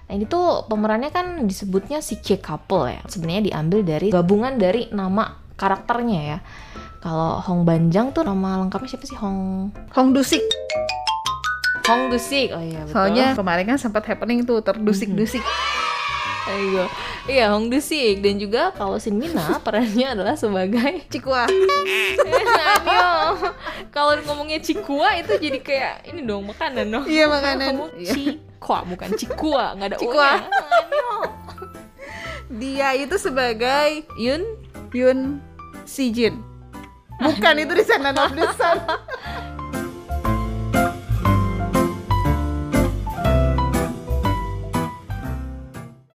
Nah, ini tuh pemerannya kan disebutnya si K couple ya. Sebenarnya diambil dari gabungan dari nama karakternya ya. Kalau Hong Banjang tuh nama lengkapnya siapa sih? Hong Dusik. Hong Dusik. Oh iya betul. Soalnya kemarin kan sempat happening tuh terdusik-dusik. Ayo. Iya, Hong Dusik. Dan juga kalau Shin Mina perannya adalah sebagai Cikua. Anyo. Kalau ngomongnya Cikua itu jadi kayak ini dong, makanan dong. Iya, makanan. Kamu Cikua bukan Cikua, enggak ada Cikua. U-nya. Anyo. Dia itu sebagai Yun Yun Si Jin. Bukan, itu di Descendant of the Sun.